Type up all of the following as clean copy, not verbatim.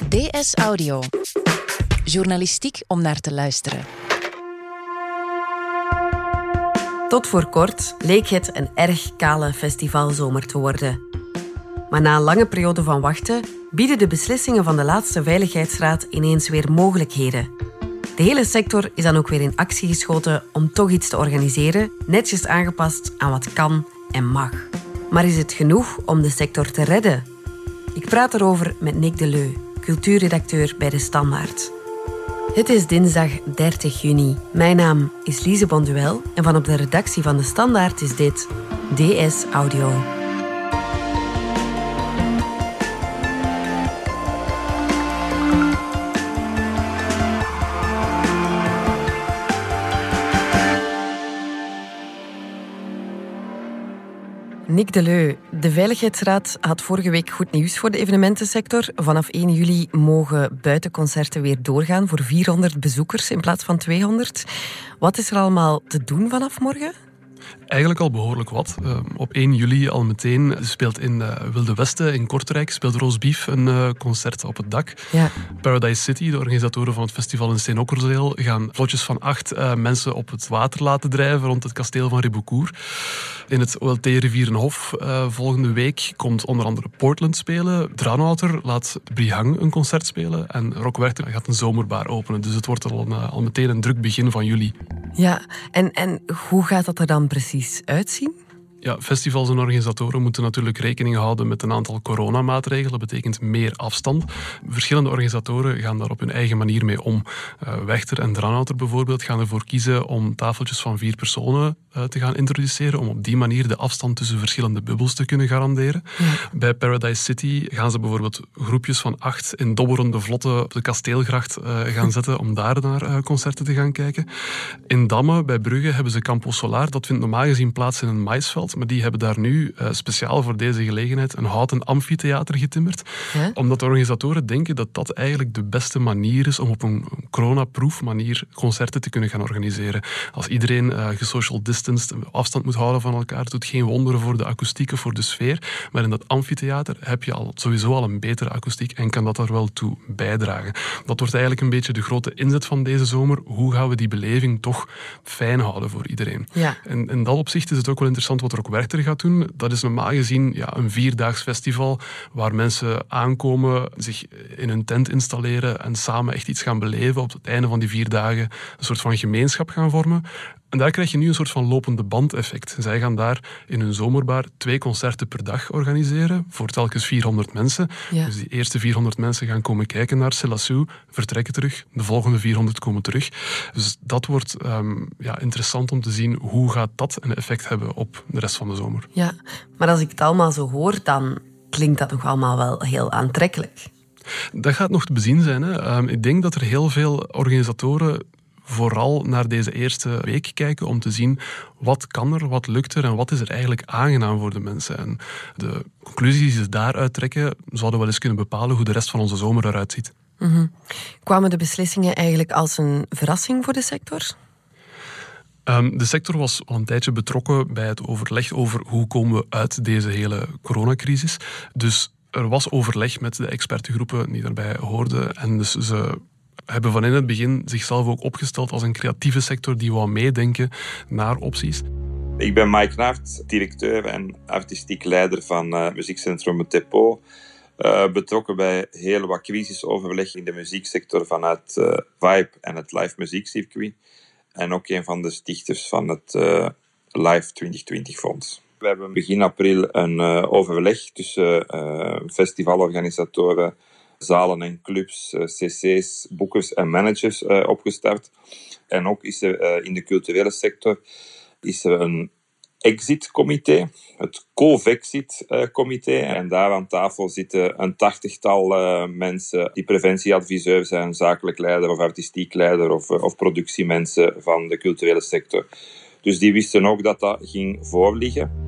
DS Audio. Journalistiek om naar te luisteren. Tot voor kort leek het een erg kale festivalzomer te worden. Maar na een lange periode van wachten bieden de beslissingen van de laatste Veiligheidsraad ineens weer mogelijkheden. De hele sector is dan ook weer in actie geschoten om toch iets te organiseren, netjes aangepast aan wat kan en mag. Maar is het genoeg om de sector te redden? Ik praat erover met Nick Deleu, cultuurredacteur bij De Standaard. Het is dinsdag 30 juni. Mijn naam is Lise Bonduel en van op de redactie van De Standaard is dit DS Audio. Nick Deleu, de Veiligheidsraad had vorige week goed nieuws voor de evenementensector. Vanaf 1 juli mogen buitenconcerten weer doorgaan voor 400 bezoekers in plaats van 200. Wat is er allemaal te doen vanaf morgen? Eigenlijk al behoorlijk wat. Op 1 juli al meteen speelt in Wilde Westen in Kortrijk speelt Roosbief een concert op het dak. Ja. Paradise City, de organisatoren van het festival in Steenokkerzeel, gaan vlotjes van 8 mensen op het water laten drijven rond het kasteel van Ribeaucourt. In het OLT Rivierenhof volgende week komt onder andere Portland spelen. Dranouter laat Brihang een concert spelen en Rock Werchter gaat een zomerbar openen. Dus het wordt al meteen een druk begin van juli. Ja, en hoe gaat dat er dan precies uitzien? Ja, festivals en organisatoren moeten natuurlijk rekening houden met een aantal coronamaatregelen. Dat betekent meer afstand. Verschillende organisatoren gaan daar op hun eigen manier mee om. Wechter en Dranouter bijvoorbeeld gaan ervoor kiezen om tafeltjes van 4 personen te gaan introduceren, om op die manier de afstand tussen verschillende bubbels te kunnen garanderen. Ja. Bij Paradise City gaan ze bijvoorbeeld groepjes van 8 in dobberende vlotten op de Kasteelgracht gaan zetten om daar naar concerten te gaan kijken. In Damme, bij Brugge, hebben ze Campo Solar. Dat vindt normaal gezien plaats in een maïsveld. Maar die hebben daar nu speciaal voor deze gelegenheid een houten amfitheater getimmerd. Ja? Omdat de organisatoren denken dat dat eigenlijk de beste manier is om op een coronaproof manier concerten te kunnen gaan organiseren. Als iedereen gesocial distanced afstand moet houden van elkaar, doet geen wonderen voor de akoestiek of voor de sfeer. Maar in dat amfitheater heb je sowieso al een betere akoestiek en kan dat er wel toe bijdragen. Dat wordt eigenlijk een beetje de grote inzet van deze zomer. Hoe gaan we die beleving toch fijn houden voor iedereen? Ja. En in dat opzicht is het ook wel interessant wat Rock Werchter gaat doen. Dat is normaal gezien een 4-daags festival waar mensen aankomen, zich in hun tent installeren en samen echt iets gaan beleven. Op het einde van die 4 dagen een soort van gemeenschap gaan vormen. En daar krijg je nu een soort van lopende bandeffect. Zij gaan daar in hun zomerbar 2 concerten per dag organiseren voor telkens 400 mensen. Ja. Dus die eerste 400 mensen gaan komen kijken naar Selassou, vertrekken terug. De volgende 400 komen terug. Dus dat wordt interessant om te zien hoe gaat dat een effect hebben op de rest van de zomer. Ja, maar als ik het allemaal zo hoor, dan klinkt dat toch allemaal wel heel aantrekkelijk. Dat gaat nog te bezien zijn. Hè. Ik denk dat er heel veel organisatoren vooral naar deze eerste week kijken om te zien wat kan er, wat lukt er en wat is er eigenlijk aangenaam voor de mensen. En de conclusies die ze daaruit trekken zouden wel eens kunnen bepalen hoe de rest van onze zomer eruit ziet. Mm-hmm. Kwamen de beslissingen eigenlijk als een verrassing voor de sector? De sector was al een tijdje betrokken bij het overleg over hoe komen we uit deze hele coronacrisis. Dus er was overleg met de expertengroepen die daarbij hoorden en dus ze hebben van in het begin zichzelf ook opgesteld als een creatieve sector die wou meedenken naar opties. Ik ben Mike Naert, directeur en artistiek leider van muziekcentrum Het Depot. Betrokken bij heel wat crisisoverleg in de muzieksector vanuit Vibe en het live muziekcircuit. En ook een van de stichters van het Live 2020 Fonds. We hebben begin april een overleg tussen festivalorganisatoren, zalen en clubs, cc's, boekers en managers opgestart. En ook is er in de culturele sector een exit-comité, het COVEXIT-comité. En daar aan tafel zitten een 80-tal mensen die preventieadviseur zijn, zakelijk leider of artistiek leider of productiemensen van de culturele sector. Dus die wisten ook dat dat ging voorliggen.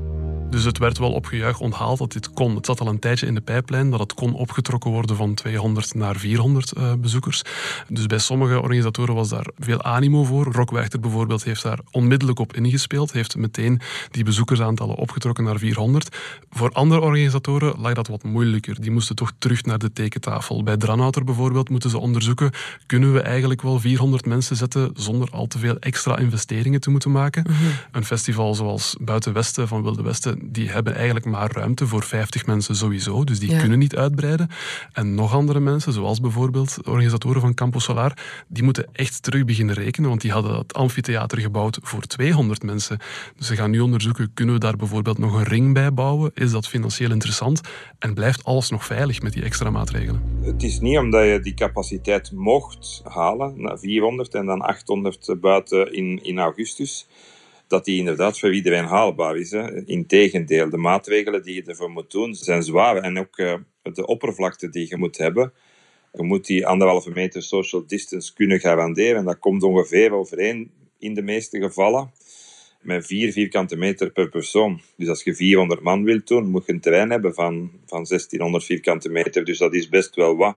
Dus het werd wel opgejuicht, onthaald dat dit kon. Het zat al een tijdje in de pijplijn dat het kon opgetrokken worden van 200 naar 400 bezoekers. Dus bij sommige organisatoren was daar veel animo voor. Rock Werchter bijvoorbeeld heeft daar onmiddellijk op ingespeeld. Heeft meteen die bezoekersaantallen opgetrokken naar 400. Voor andere organisatoren lag dat wat moeilijker. Die moesten toch terug naar de tekentafel. Bij Dranouter bijvoorbeeld moeten ze onderzoeken, kunnen we eigenlijk wel 400 mensen zetten zonder al te veel extra investeringen te moeten maken. Een festival zoals Buiten Westen van Wilde Westen, die hebben eigenlijk maar ruimte voor 50 mensen sowieso, dus die kunnen niet uitbreiden. En nog andere mensen, zoals bijvoorbeeld de organisatoren van Campo Solar, die moeten echt terug beginnen rekenen, want die hadden het amfitheater gebouwd voor 200 mensen. Dus ze gaan nu onderzoeken, kunnen we daar bijvoorbeeld nog een ring bij bouwen? Is dat financieel interessant? En blijft alles nog veilig met die extra maatregelen? Het is niet omdat je die capaciteit mocht halen, naar 400 en dan 800 buiten in augustus, dat die inderdaad voor iedereen haalbaar is. Integendeel, de maatregelen die je ervoor moet doen zijn zwaar. En ook de oppervlakte die je moet hebben. Je moet die 1,5 meter social distance kunnen garanderen. En dat komt ongeveer overeen in de meeste gevallen met 4 vierkante meter per persoon. Dus als je 400 man wilt doen, moet je een terrein hebben van 1600 vierkante meter. Dus dat is best wel wat.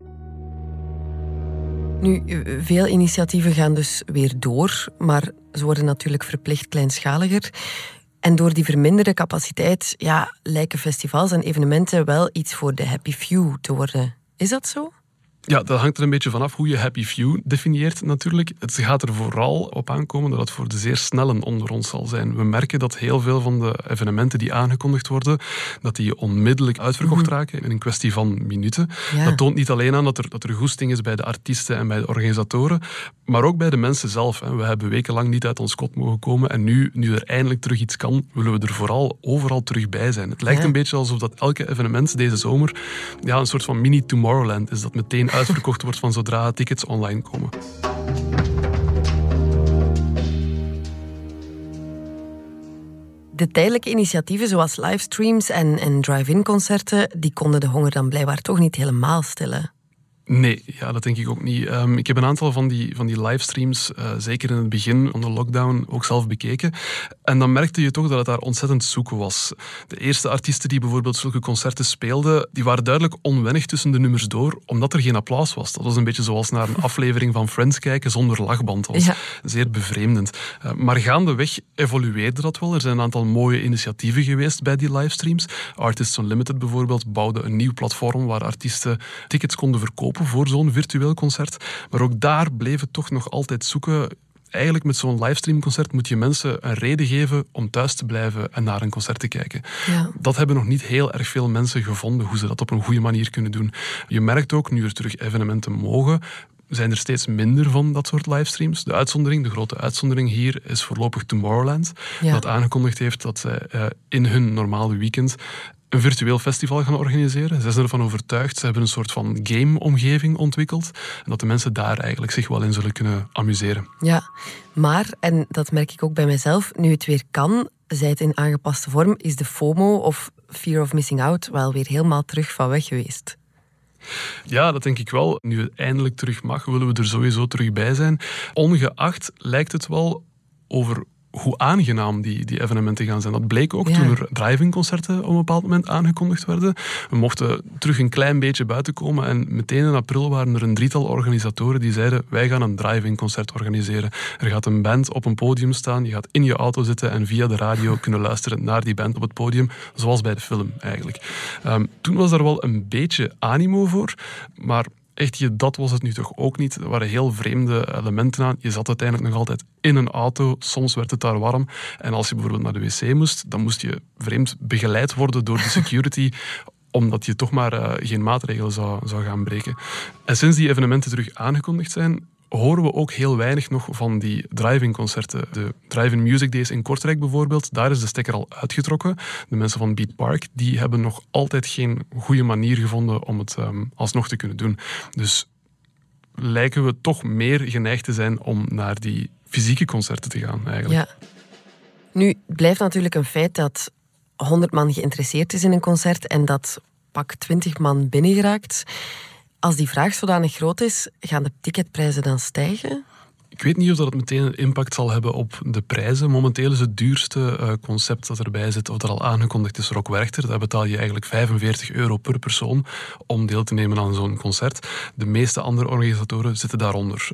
Nu, veel initiatieven gaan dus weer door, maar ze worden natuurlijk verplicht kleinschaliger. En door die verminderde capaciteit lijken festivals en evenementen wel iets voor de happy few te worden. Is dat zo? Ja, dat hangt er een beetje vanaf hoe je happy few definieert natuurlijk. Het gaat er vooral op aankomen dat het voor de zeer snellen onder ons zal zijn. We merken dat heel veel van de evenementen die aangekondigd worden, dat die onmiddellijk uitverkocht raken in een kwestie van minuten. Ja. Dat toont niet alleen aan dat er goesting is bij de artiesten en bij de organisatoren, maar ook bij de mensen zelf. We hebben wekenlang niet uit ons kot mogen komen en nu er eindelijk terug iets kan, willen we er vooral overal terug bij zijn. Het lijkt een beetje alsof dat elke evenement deze zomer een soort van mini Tomorrowland is, dat meteen uitverkocht wordt van zodra tickets online komen. De tijdelijke initiatieven zoals livestreams en drive-in concerten, die konden de honger dan blijkbaar toch niet helemaal stillen. Nee, dat denk ik ook niet. Ik heb een aantal van die livestreams, zeker in het begin van de lockdown, ook zelf bekeken. En dan merkte je toch dat het daar ontzettend zoeken was. De eerste artiesten die bijvoorbeeld zulke concerten speelden, die waren duidelijk onwennig tussen de nummers door, omdat er geen applaus was. Dat was een beetje zoals naar een aflevering van Friends kijken zonder lachband. Dat was zeer bevreemdend. Maar gaandeweg evolueerde dat wel. Er zijn een aantal mooie initiatieven geweest bij die livestreams. Artists Unlimited bijvoorbeeld bouwde een nieuw platform waar artiesten tickets konden verkopen voor zo'n virtueel concert. Maar ook daar bleef het toch nog altijd zoeken. Eigenlijk met zo'n livestreamconcert moet je mensen een reden geven om thuis te blijven en naar een concert te kijken. Ja. Dat hebben nog niet heel erg veel mensen gevonden, hoe ze dat op een goede manier kunnen doen. Je merkt ook, nu er terug evenementen mogen, zijn er steeds minder van dat soort livestreams. De grote uitzondering hier is voorlopig Tomorrowland, dat aangekondigd heeft dat zij in hun normale weekend een virtueel festival gaan organiseren. Ze zijn ervan overtuigd. Ze hebben een soort van game-omgeving ontwikkeld. En dat de mensen daar eigenlijk zich wel in zullen kunnen amuseren. Ja, maar, en dat merk ik ook bij mezelf, nu het weer kan, zij het in aangepaste vorm, is de FOMO of Fear of Missing Out wel weer helemaal terug van weg geweest. Ja, dat denk ik wel. Nu het eindelijk terug mag, willen we er sowieso terug bij zijn. Ongeacht lijkt het wel over hoe aangenaam die evenementen gaan zijn. Dat bleek ook toen er drive-in concerten op een bepaald moment aangekondigd werden. We mochten terug een klein beetje buiten komen en meteen in april waren er een 3-tal organisatoren die zeiden, wij gaan een drive-in concert organiseren. Er gaat een band op een podium staan, je gaat in je auto zitten en via de radio kunnen luisteren naar die band op het podium, zoals bij de film eigenlijk. Toen was daar wel een beetje animo voor, maar echt, dat was het nu toch ook niet. Er waren heel vreemde elementen aan. Je zat uiteindelijk nog altijd in een auto. Soms werd het daar warm. En als je bijvoorbeeld naar de wc moest, dan moest je vreemd begeleid worden door de security, omdat je toch maar geen maatregelen zou gaan breken. En sinds die evenementen terug aangekondigd zijn, horen we ook heel weinig nog van die drive-in concerten. De drive-in music days in Kortrijk bijvoorbeeld, daar is de stekker al uitgetrokken. De mensen van Beat Park, die hebben nog altijd geen goede manier gevonden om het alsnog te kunnen doen. Dus lijken we toch meer geneigd te zijn om naar die fysieke concerten te gaan eigenlijk. Ja. Nu, het blijft natuurlijk een feit dat 100 man geïnteresseerd is in een concert en dat pak 20 man binnengeraakt. Als die vraag zodanig groot is, gaan de ticketprijzen dan stijgen? Ik weet niet of dat het meteen een impact zal hebben op de prijzen. Momenteel is het duurste concept dat erbij zit, of dat al aangekondigd is, Rock Werchter. Daar betaal je eigenlijk €45 per persoon om deel te nemen aan zo'n concert. De meeste andere organisatoren zitten daaronder.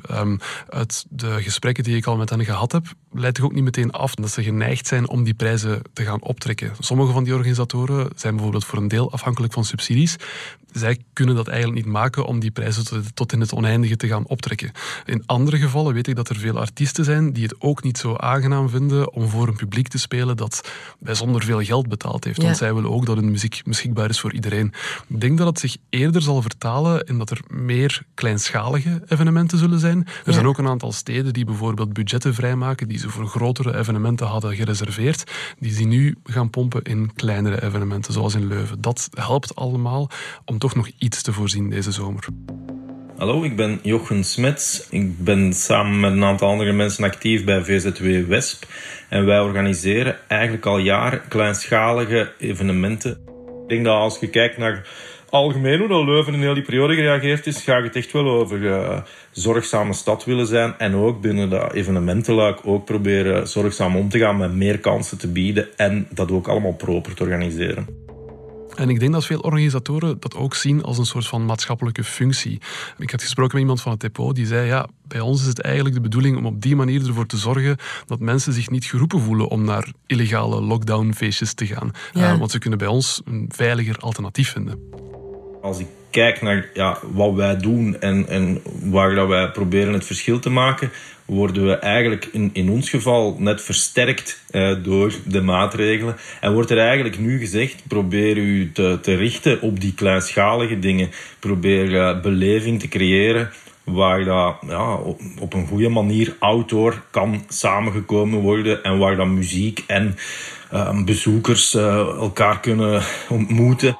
Uit de gesprekken die ik al met hen gehad heb, leidt toch ook niet meteen af dat ze geneigd zijn om die prijzen te gaan optrekken. Sommige van die organisatoren zijn bijvoorbeeld voor een deel afhankelijk van subsidies. Zij kunnen dat eigenlijk niet maken om die prijzen tot in het oneindige te gaan optrekken. In andere gevallen weet ik dat er veel artiesten zijn die het ook niet zo aangenaam vinden om voor een publiek te spelen dat bijzonder veel geld betaald heeft. Want zij willen ook dat hun muziek beschikbaar is voor iedereen. Ik denk dat het zich eerder zal vertalen in dat er meer kleinschalige evenementen zullen zijn. Er zijn ook een aantal steden die bijvoorbeeld budgetten vrijmaken die ze voor grotere evenementen hadden gereserveerd, die ze nu gaan pompen in kleinere evenementen, zoals in Leuven. Dat helpt allemaal om toch nog iets te voorzien deze zomer. Hallo, ik ben Jochen Smets. Ik ben samen met een aantal andere mensen actief bij VZW Wesp. En wij organiseren eigenlijk al jaren kleinschalige evenementen. Ik denk dat als je kijkt naar algemeen hoe dat Leuven in heel die periode gereageerd is, ga ik het echt wel over zorgzame stad willen zijn. En ook binnen dat evenementenluik ook proberen zorgzaam om te gaan met meer kansen te bieden en dat ook allemaal proper te organiseren. En ik denk dat veel organisatoren dat ook zien als een soort van maatschappelijke functie. Ik had gesproken met iemand van het depot die zei, bij ons is het eigenlijk de bedoeling om op die manier ervoor te zorgen dat mensen zich niet geroepen voelen om naar illegale lockdownfeestjes te gaan. Want ze kunnen bij ons een veiliger alternatief vinden. Als ik kijk naar wat wij doen en waar dat wij proberen het verschil te maken, worden we eigenlijk in ons geval net versterkt door de maatregelen. En wordt er eigenlijk nu gezegd, probeer u te richten op die kleinschalige dingen. Probeer beleving te creëren waar dat op een goede manier outdoor kan samengekomen worden en waar dat muziek en bezoekers elkaar kunnen ontmoeten.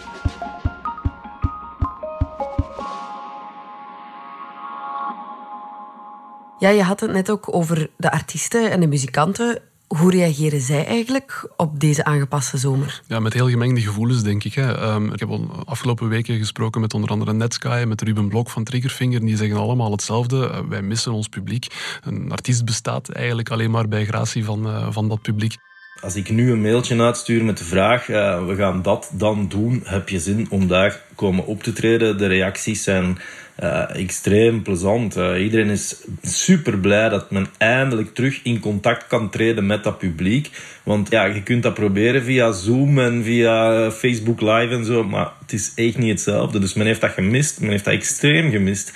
Ja, je had het net ook over de artiesten en de muzikanten. Hoe reageren zij eigenlijk op deze aangepaste zomer? Ja, met heel gemengde gevoelens, denk ik. Ik heb al afgelopen weken gesproken met onder andere Netsky, met Ruben Blok van Triggerfinger. Die zeggen allemaal hetzelfde. Wij missen ons publiek. Een artiest bestaat eigenlijk alleen maar bij gratie van dat publiek. Als ik nu een mailtje uitstuur met de vraag, we gaan dat dan doen, heb je zin om daar komen op te treden? De reacties zijn extreem plezant. Iedereen is super blij dat men eindelijk terug in contact kan treden met dat publiek. Want je kunt dat proberen via Zoom en via Facebook Live en zo, maar het is echt niet hetzelfde. Dus men heeft dat gemist, men heeft dat extreem gemist.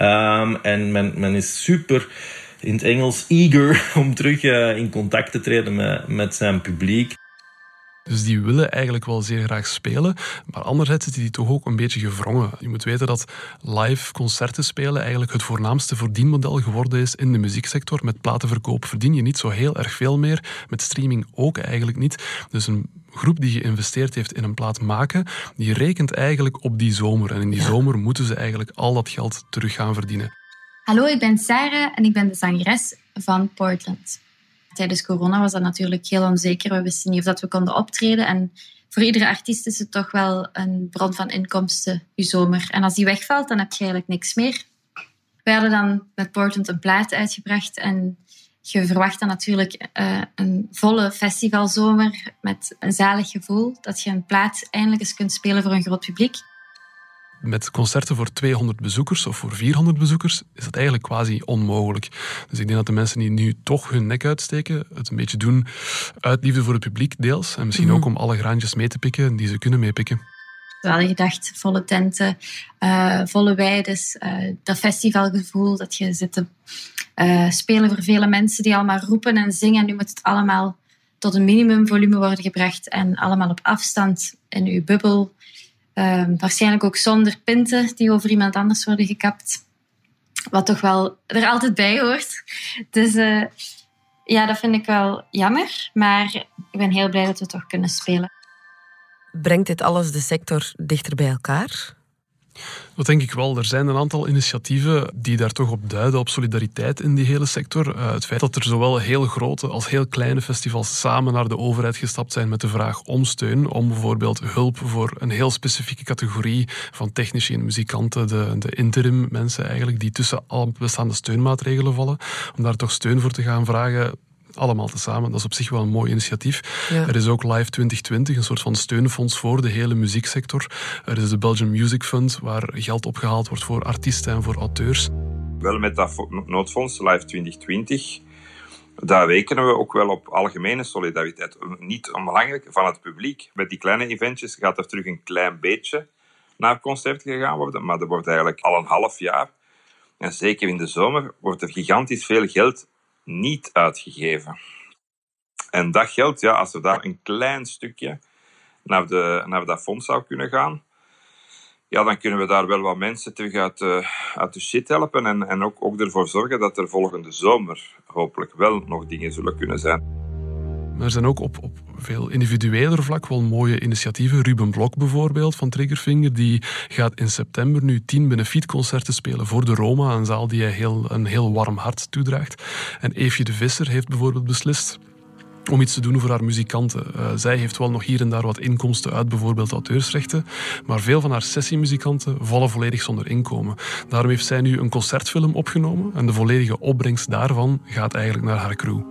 En men is super, in het Engels, eager om terug in contact te treden met zijn publiek. Dus die willen eigenlijk wel zeer graag spelen, maar anderzijds zitten die toch ook een beetje gewrongen. Je moet weten dat live concerten spelen eigenlijk het voornaamste verdienmodel geworden is in de muzieksector. Met platenverkoop verdien je niet zo heel erg veel meer, met streaming ook eigenlijk niet. Dus een groep die geïnvesteerd heeft in een plaat maken, die rekent eigenlijk op die zomer. En in die zomer moeten ze eigenlijk al dat geld terug gaan verdienen. Hallo, ik ben Sarah en ik ben de zangeres van Portland. Tijdens corona was dat natuurlijk heel onzeker. We wisten niet of dat we konden optreden. En voor iedere artiest is het toch wel een bron van inkomsten, je zomer. En als die wegvalt, dan heb je eigenlijk niks meer. We hadden dan met Portland een plaat uitgebracht. En je verwacht dan natuurlijk een volle festivalzomer met een zalig gevoel. Dat je een plaat eindelijk eens kunt spelen voor een groot publiek. Met concerten voor 200 bezoekers of voor 400 bezoekers is dat eigenlijk quasi onmogelijk. Dus ik denk dat de mensen die nu toch hun nek uitsteken, het een beetje doen uit liefde voor het publiek deels. En misschien ook om alle graantjes mee te pikken die ze kunnen meepikken. We hadden gedacht, volle tenten, volle weides, dat festivalgevoel, dat je zit te spelen voor vele mensen die allemaal roepen en zingen. Nu moet het allemaal tot een minimumvolume worden gebracht en allemaal op afstand in uw bubbel. Waarschijnlijk ook zonder pinten die over iemand anders worden gekapt. Wat toch wel er altijd bij hoort. Dus dat vind ik wel jammer. Maar ik ben heel blij dat we toch kunnen spelen. Brengt dit alles de sector dichter bij elkaar? Dat denk ik wel. Er zijn een aantal initiatieven die daar toch op duiden, op solidariteit in die hele sector. Het feit dat er zowel heel grote als heel kleine festivals samen naar de overheid gestapt zijn met de vraag om steun, om bijvoorbeeld hulp voor een heel specifieke categorie van technici en muzikanten, de interim mensen eigenlijk, die tussen alle bestaande steunmaatregelen vallen, om daar toch steun voor te gaan vragen. Allemaal tezamen. Dat is op zich wel een mooi initiatief. Ja. Er is ook Live 2020, een soort van steunfonds voor de hele muzieksector. Er is de Belgian Music Fund, waar geld opgehaald wordt voor artiesten en voor auteurs. Wel met dat noodfonds Live 2020, daar rekenen we ook wel op algemene solidariteit. Niet onbelangrijk van het publiek. Met die kleine eventjes gaat er terug een klein beetje naar concerten gegaan worden, maar er wordt eigenlijk al een half jaar, en zeker in de zomer, wordt er gigantisch veel geld niet uitgegeven. En dat geld, ja, als er daar een klein stukje naar dat fonds zou kunnen gaan, ja, dan kunnen we daar wel wat mensen terug uit de shit helpen en ook ervoor zorgen dat er volgende zomer hopelijk wel nog dingen zullen kunnen zijn. Maar er zijn ook op veel individueler vlak wel mooie initiatieven. Ruben Blok bijvoorbeeld van Triggerfinger, die gaat in september nu 10 benefietconcerten spelen voor de Roma, een zaal die hij een heel warm hart toedraagt. En Eefje de Visser heeft bijvoorbeeld beslist om iets te doen voor haar muzikanten. Zij heeft wel nog hier en daar wat inkomsten uit bijvoorbeeld auteursrechten, maar veel van haar sessiemuzikanten vallen volledig zonder inkomen. Daarom heeft zij nu een concertfilm opgenomen en de volledige opbrengst daarvan gaat eigenlijk naar haar crew.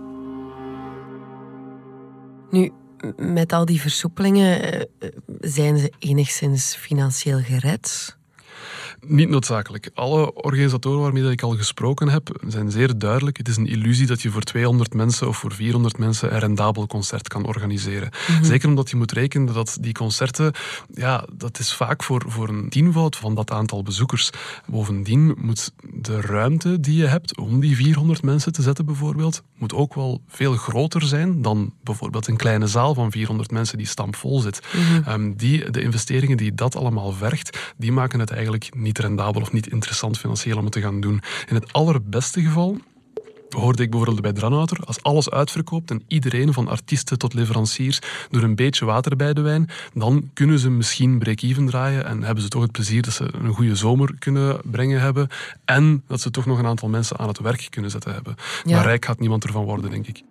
Nu, met al die versoepelingen, zijn ze enigszins financieel gered? Niet noodzakelijk. Alle organisatoren waarmee ik al gesproken heb, zijn zeer duidelijk. Het is een illusie dat je voor 200 mensen of voor 400 mensen een rendabel concert kan organiseren. Mm-hmm. Zeker omdat je moet rekenen dat die concerten, ja, dat is vaak voor een tienvoud van dat aantal bezoekers. Bovendien moet de ruimte die je hebt om die 400 mensen te zetten bijvoorbeeld, moet ook wel veel groter zijn dan bijvoorbeeld een kleine zaal van 400 mensen die stampvol zit. Mm-hmm. De investeringen die dat allemaal vergt, die maken het eigenlijk niet rendabel of niet interessant financieel om het te gaan doen. In het allerbeste geval hoorde ik bijvoorbeeld bij Dranouter, als alles uitverkoopt en iedereen van artiesten tot leveranciers door een beetje water bij de wijn, dan kunnen ze misschien break-even draaien en hebben ze toch het plezier dat ze een goede zomer kunnen brengen hebben en dat ze toch nog een aantal mensen aan het werk kunnen zetten hebben. Ja. Maar rijk gaat niemand ervan worden, denk ik.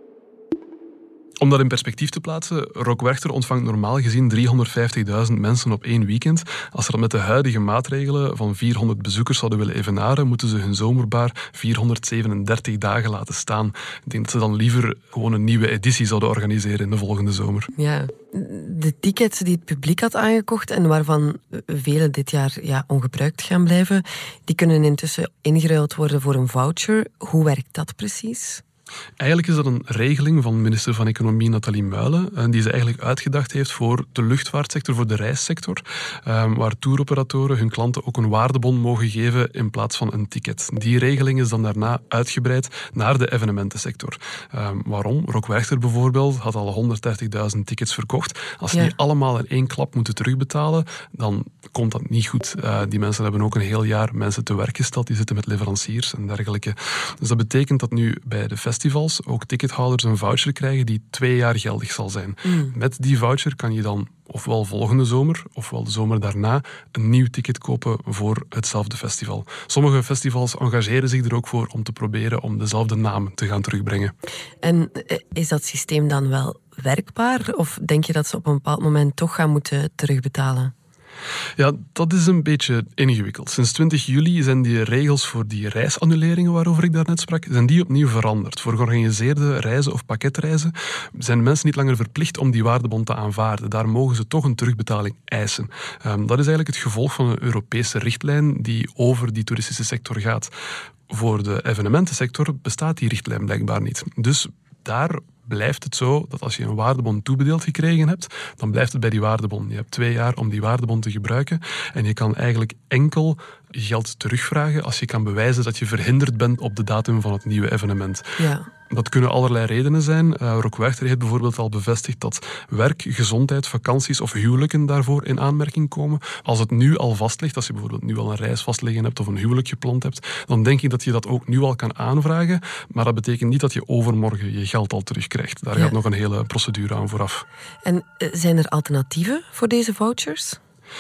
Om dat in perspectief te plaatsen, Rock Werchter ontvangt normaal gezien 350.000 mensen op 1 weekend. Als ze dat met de huidige maatregelen van 400 bezoekers zouden willen evenaren, moeten ze hun zomerbar 437 dagen laten staan. Ik denk dat ze dan liever gewoon een nieuwe editie zouden organiseren in de volgende zomer. Ja, de tickets die het publiek had aangekocht en waarvan vele dit jaar ongebruikt gaan blijven, die kunnen intussen ingeruild worden voor een voucher. Hoe werkt dat precies? Eigenlijk is dat een regeling van minister van Economie Nathalie Muilen, die ze eigenlijk uitgedacht heeft voor de luchtvaartsector, voor de reissector, waar touroperatoren hun klanten ook een waardebon mogen geven in plaats van een ticket. Die regeling is dan daarna uitgebreid naar de evenementensector. Waarom? Rock Werchter bijvoorbeeld had al 130.000 tickets verkocht. Als ze die allemaal in 1 klap moeten terugbetalen, dan komt dat niet goed. Die mensen hebben ook een heel jaar mensen te werk gesteld, die zitten met leveranciers en dergelijke. Dus dat betekent dat nu bij de festivals ook tickethouders een voucher krijgen die 2 jaar geldig zal zijn. Met die voucher kan je dan ofwel volgende zomer, ofwel de zomer daarna, een nieuw ticket kopen voor hetzelfde festival. Sommige festivals engageren zich er ook voor om te proberen om dezelfde naam te gaan terugbrengen. En is dat systeem dan wel werkbaar? Of denk je dat ze op een bepaald moment toch gaan moeten terugbetalen? Ja, dat is een beetje ingewikkeld. Sinds 20 juli zijn die regels voor die reisannuleringen waarover ik daarnet sprak, zijn die opnieuw veranderd. Voor georganiseerde reizen of pakketreizen zijn mensen niet langer verplicht om die waardebon te aanvaarden. Daar mogen ze toch een terugbetaling eisen. Dat is eigenlijk het gevolg van een Europese richtlijn die over die toeristische sector gaat. Voor de evenementensector bestaat die richtlijn blijkbaar niet. Dus daar blijft het zo dat als je een waardebon toebedeeld gekregen hebt, dan blijft het bij die waardebon. Je hebt 2 jaar om die waardebon te gebruiken en je kan eigenlijk enkel geld terugvragen als je kan bewijzen dat je verhinderd bent op de datum van het nieuwe evenement. Ja. Dat kunnen allerlei redenen zijn. Rock Werchter heeft bijvoorbeeld al bevestigd dat werk, gezondheid, vakanties of huwelijken daarvoor in aanmerking komen. Als het nu al vast ligt, als je bijvoorbeeld nu al een reis vastliggen hebt of een huwelijk gepland hebt, dan denk ik dat je dat ook nu al kan aanvragen. Maar dat betekent niet dat je overmorgen je geld al terugkrijgt. Daar gaat nog een hele procedure aan vooraf. En zijn er alternatieven voor deze vouchers?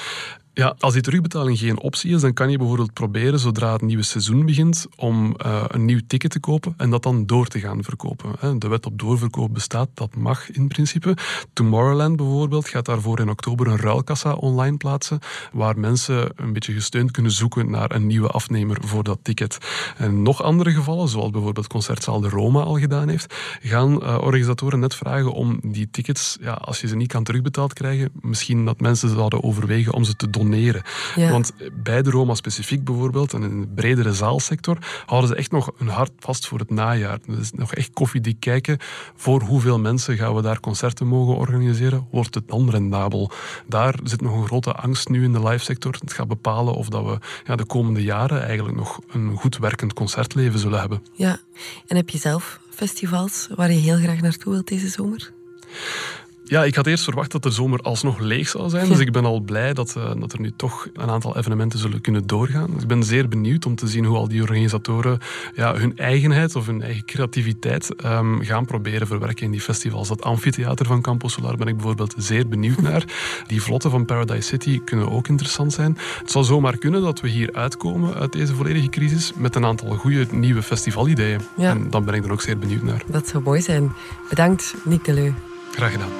Ja, als die terugbetaling geen optie is, dan kan je bijvoorbeeld proberen, zodra het nieuwe seizoen begint, om een nieuw ticket te kopen en dat dan door te gaan verkopen. De wet op doorverkoop bestaat, dat mag in principe. Tomorrowland bijvoorbeeld gaat daarvoor in oktober een ruilkassa online plaatsen, waar mensen een beetje gesteund kunnen zoeken naar een nieuwe afnemer voor dat ticket. En nog andere gevallen, zoals bijvoorbeeld Concertzaal de Roma al gedaan heeft, gaan organisatoren net vragen om die tickets, als je ze niet kan terugbetaald krijgen, misschien dat mensen zouden overwegen om ze te doneren. Ja. Want bij de Roma specifiek bijvoorbeeld, en in de bredere zaalsector, houden ze echt nog een hart vast voor het najaar. Er is nog echt koffiedik kijken voor hoeveel mensen gaan we daar concerten mogen organiseren. Wordt het dan rendabel? Daar zit nog een grote angst nu in de livesector. Het gaat bepalen of dat we de komende jaren eigenlijk nog een goed werkend concertleven zullen hebben. Ja, en heb je zelf festivals waar je heel graag naartoe wilt deze zomer? Ja, ik had eerst verwacht dat de zomer alsnog leeg zou zijn. Dus ik ben al blij dat er nu toch een aantal evenementen zullen kunnen doorgaan. Dus ik ben zeer benieuwd om te zien hoe al die organisatoren hun eigenheid of hun eigen creativiteit gaan proberen verwerken in die festivals. Dat amfitheater van Campo Solar ben ik bijvoorbeeld zeer benieuwd naar. Die vlotten van Paradise City kunnen ook interessant zijn. Het zou zomaar kunnen dat we hier uitkomen uit deze volledige crisis met een aantal goede nieuwe festivalideeën. Ja. En dan ben ik er ook zeer benieuwd naar. Dat zou mooi zijn. Bedankt, Nick Deleu. Graag gedaan.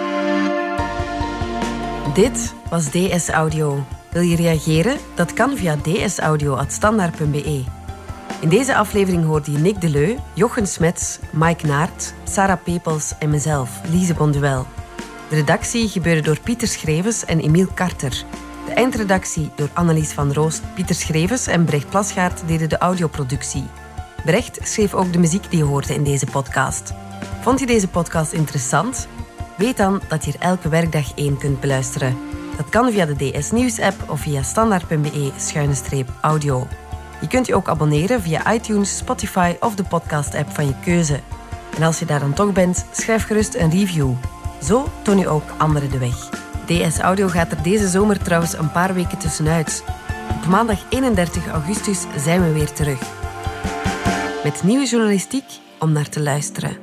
Dit was DS Audio. Wil je reageren? Dat kan via dsaudio@standaard.be. In deze aflevering hoorde je Nick Deleu, Jochen Smets, Mike Naert, Sarah Pepels en mezelf, Lise Bonduel. De redactie gebeurde door Pieter Schrevens en Emiel Karter. De eindredactie door Annelies van Roost, Pieter Schrevens en Brecht Plasgaard deden de audioproductie. Brecht schreef ook de muziek die je hoorde in deze podcast. Vond je deze podcast interessant? Weet dan dat je er elke werkdag 1 kunt beluisteren. Dat kan via de DS Nieuws-app of via standaard.be/audio. Je kunt je ook abonneren via iTunes, Spotify of de podcast-app van je keuze. En als je daar dan toch bent, schrijf gerust een review. Zo toon je ook anderen de weg. DS Audio gaat er deze zomer trouwens een paar weken tussenuit. Op maandag 31 augustus zijn we weer terug. Met nieuwe journalistiek om naar te luisteren.